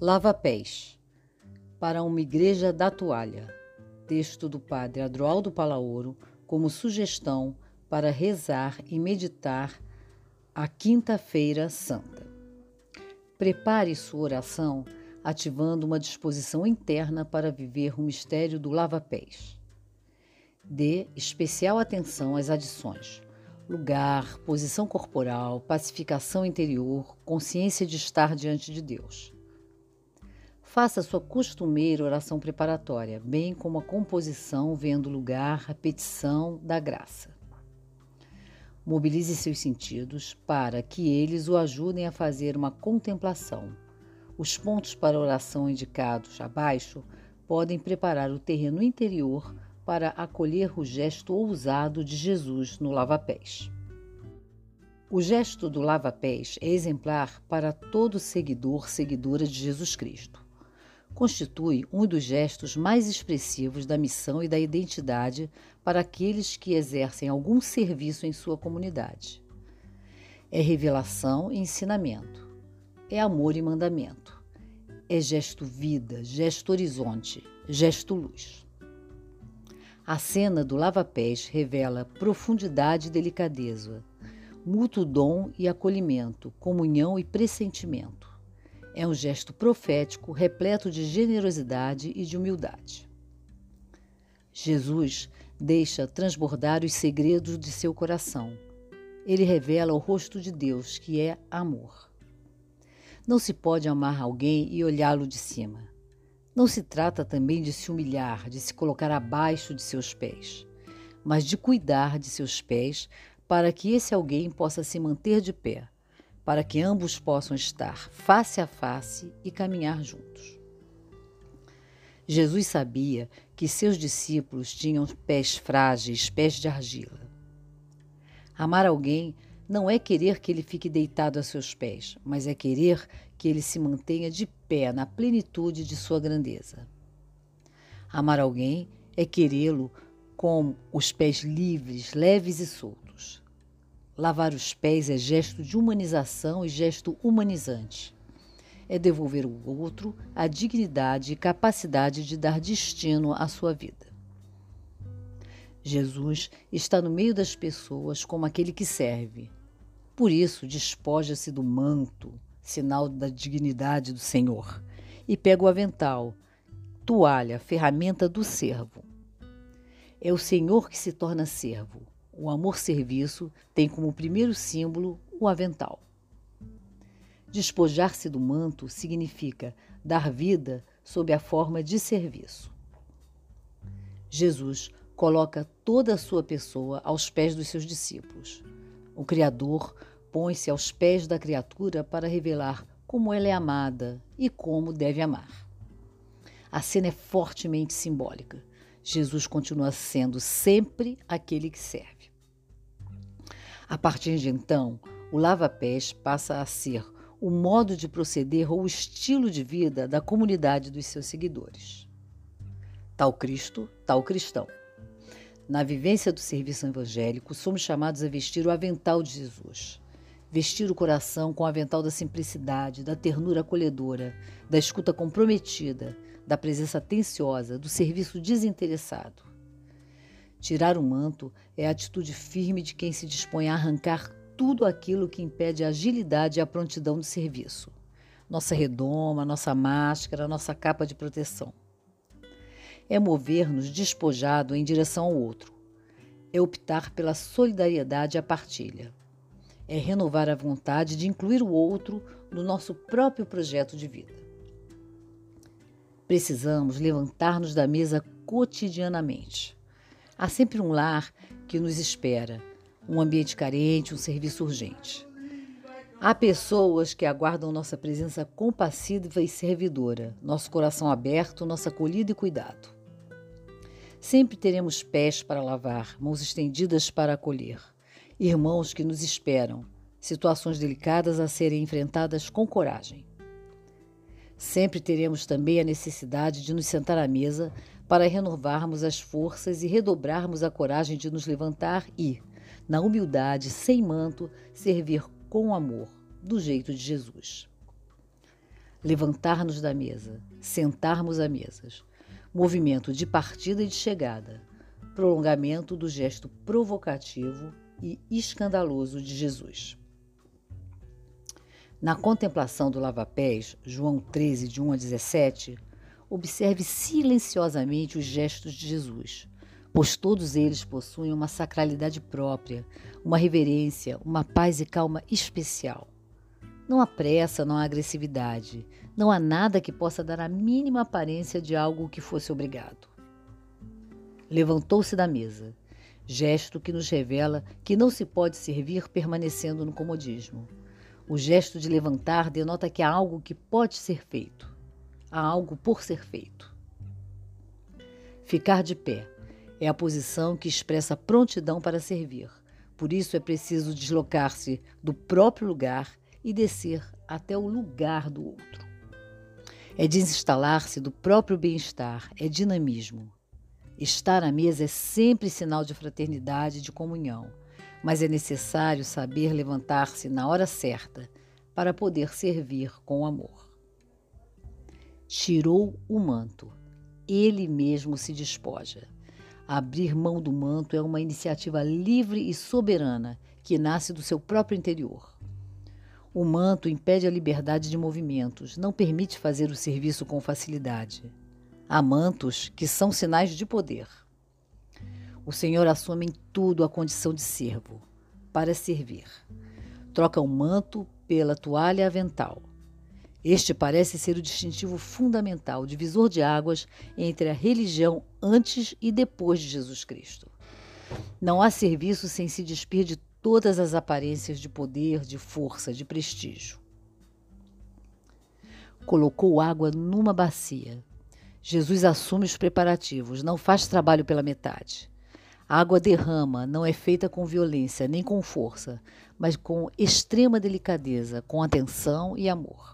Lava-pés, para uma igreja da toalha. Texto do padre Adroaldo Palaoro, como sugestão para rezar e meditar a Quinta-feira Santa. Prepare sua oração ativando uma disposição interna para viver o mistério do lava-pés. Dê especial atenção às adições: lugar, posição corporal, pacificação interior, consciência de estar diante de Deus. Faça sua costumeira oração preparatória, bem como a composição, vendo o lugar, a petição da graça. Mobilize seus sentidos para que eles o ajudem a fazer uma contemplação. Os pontos para a oração indicados abaixo podem preparar o terreno interior para acolher o gesto ousado de Jesus no lava-pés. O gesto do lava-pés é exemplar para todo seguidora de Jesus Cristo. Constitui um dos gestos mais expressivos da missão e da identidade para aqueles que exercem algum serviço em sua comunidade. É revelação e ensinamento. É amor e mandamento. É gesto vida, gesto horizonte, gesto luz. A cena do lava-pés revela profundidade e delicadeza, mútuo dom e acolhimento, comunhão e pressentimento. É um gesto profético, repleto de generosidade e de humildade. Jesus deixa transbordar os segredos de seu coração. Ele revela o rosto de Deus, que é amor. Não se pode amar alguém e olhá-lo de cima. Não se trata também de se humilhar, de se colocar abaixo de seus pés, mas de cuidar de seus pés para que esse alguém possa se manter de pé, para que ambos possam estar face a face e caminhar juntos. Jesus sabia que seus discípulos tinham pés frágeis, pés de argila. Amar alguém não é querer que ele fique deitado a seus pés, mas é querer que ele se mantenha de pé na plenitude de sua grandeza. Amar alguém é querê-lo com os pés livres, leves e soltos. Lavar os pés é gesto de humanização e gesto humanizante. É devolver ao outro a dignidade e capacidade de dar destino à sua vida. Jesus está no meio das pessoas como aquele que serve. Por isso, despoja-se do manto, sinal da dignidade do Senhor, e pega o avental, toalha, ferramenta do servo. É o Senhor que se torna servo. O amor-serviço tem como primeiro símbolo o avental. Despojar-se do manto significa dar vida sob a forma de serviço. Jesus coloca toda a sua pessoa aos pés dos seus discípulos. O Criador põe-se aos pés da criatura para revelar como ela é amada e como deve amar. A cena é fortemente simbólica. Jesus continua sendo sempre aquele que serve. A partir de então, o lava-pés passa a ser o modo de proceder ou o estilo de vida da comunidade dos seus seguidores. Tal Cristo, tal cristão. Na vivência do serviço evangélico, somos chamados a vestir o avental de Jesus. Vestir o coração com o avental da simplicidade, da ternura acolhedora, da escuta comprometida, da presença atenciosa, do serviço desinteressado. Tirar o manto é a atitude firme de quem se dispõe a arrancar tudo aquilo que impede a agilidade e a prontidão do serviço. Nossa redoma, nossa máscara, nossa capa de proteção. É mover-nos despojado em direção ao outro. É optar pela solidariedade e a partilha. É renovar a vontade de incluir o outro no nosso próprio projeto de vida. Precisamos levantar-nos da mesa cotidianamente. Há sempre um lar que nos espera, um ambiente carente, um serviço urgente. Há pessoas que aguardam nossa presença compassiva e servidora, nosso coração aberto, nossa acolhida e cuidado. Sempre teremos pés para lavar, mãos estendidas para acolher, irmãos que nos esperam, situações delicadas a serem enfrentadas com coragem. Sempre teremos também a necessidade de nos sentar à mesa para renovarmos as forças e redobrarmos a coragem de nos levantar e, na humildade, sem manto, servir com amor, do jeito de Jesus. levantar-nos da mesa, sentarmos à mesas, movimento de partida e de chegada, prolongamento do gesto provocativo e escandaloso de Jesus. Na contemplação do lava-pés, João 13, de 1 a 17, observe silenciosamente os gestos de Jesus, pois todos eles possuem uma sacralidade própria, uma reverência, uma paz e calma especial. Não há pressa, não há agressividade, não há nada que possa dar a mínima aparência de algo que fosse obrigado. Levantou-se da mesa, gesto que nos revela que não se pode servir permanecendo no comodismo. O gesto de levantar denota que há algo que pode ser feito, há algo por ser feito. Ficar de pé é a posição que expressa prontidão para servir, por isso é preciso deslocar-se do próprio lugar e descer até o lugar do outro. É desinstalar-se do próprio bem-estar, é dinamismo. Estar à mesa é sempre sinal de fraternidade e de comunhão, mas é necessário saber levantar-se na hora certa para poder servir com amor. Tirou o manto, ele mesmo se despoja. Abrir mão do manto é uma iniciativa livre e soberana que nasce do seu próprio interior. O manto impede a liberdade de movimentos, não permite fazer o serviço com facilidade. Há mantos que são sinais de poder. O Senhor assume em tudo a condição de servo, para servir. Troca o manto pela toalha avental. Este parece ser o distintivo fundamental, divisor de águas entre a religião antes e depois de Jesus Cristo. Não há serviço sem se despir de todas as aparências de poder, de força, de prestígio. Colocou água numa bacia. Jesus assume os preparativos, não faz trabalho pela metade. A água derrama, não é feita com violência nem com força, mas com extrema delicadeza, com atenção e amor.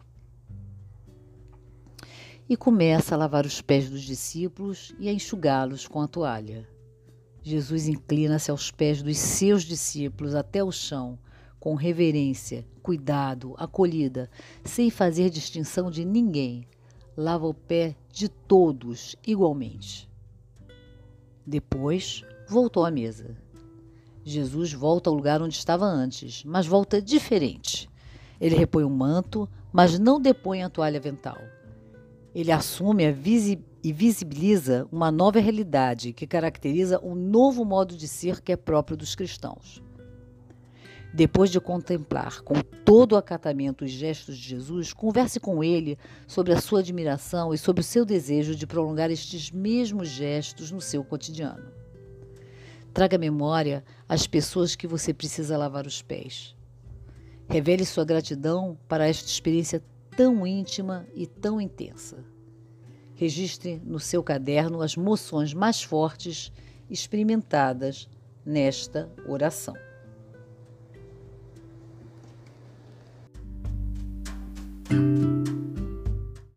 E começa a lavar os pés dos discípulos e a enxugá-los com a toalha. Jesus inclina-se aos pés dos seus discípulos até o chão, com reverência, cuidado, acolhida, sem fazer distinção de ninguém. Lava o pé de todos igualmente. Depois, voltou à mesa. Jesus volta ao lugar onde estava antes, mas volta diferente. Ele repõe o manto, mas não depõe a toalha avental. Ele assume e visibiliza uma nova realidade que caracteriza um novo modo de ser que é próprio dos cristãos. Depois de contemplar com todo o acatamento os gestos de Jesus, converse com ele sobre a sua admiração e sobre o seu desejo de prolongar estes mesmos gestos no seu cotidiano. Traga à memória as pessoas que você precisa lavar os pés. Revele sua gratidão para esta experiência tão íntima e tão intensa. Registre no seu caderno as moções mais fortes experimentadas nesta oração.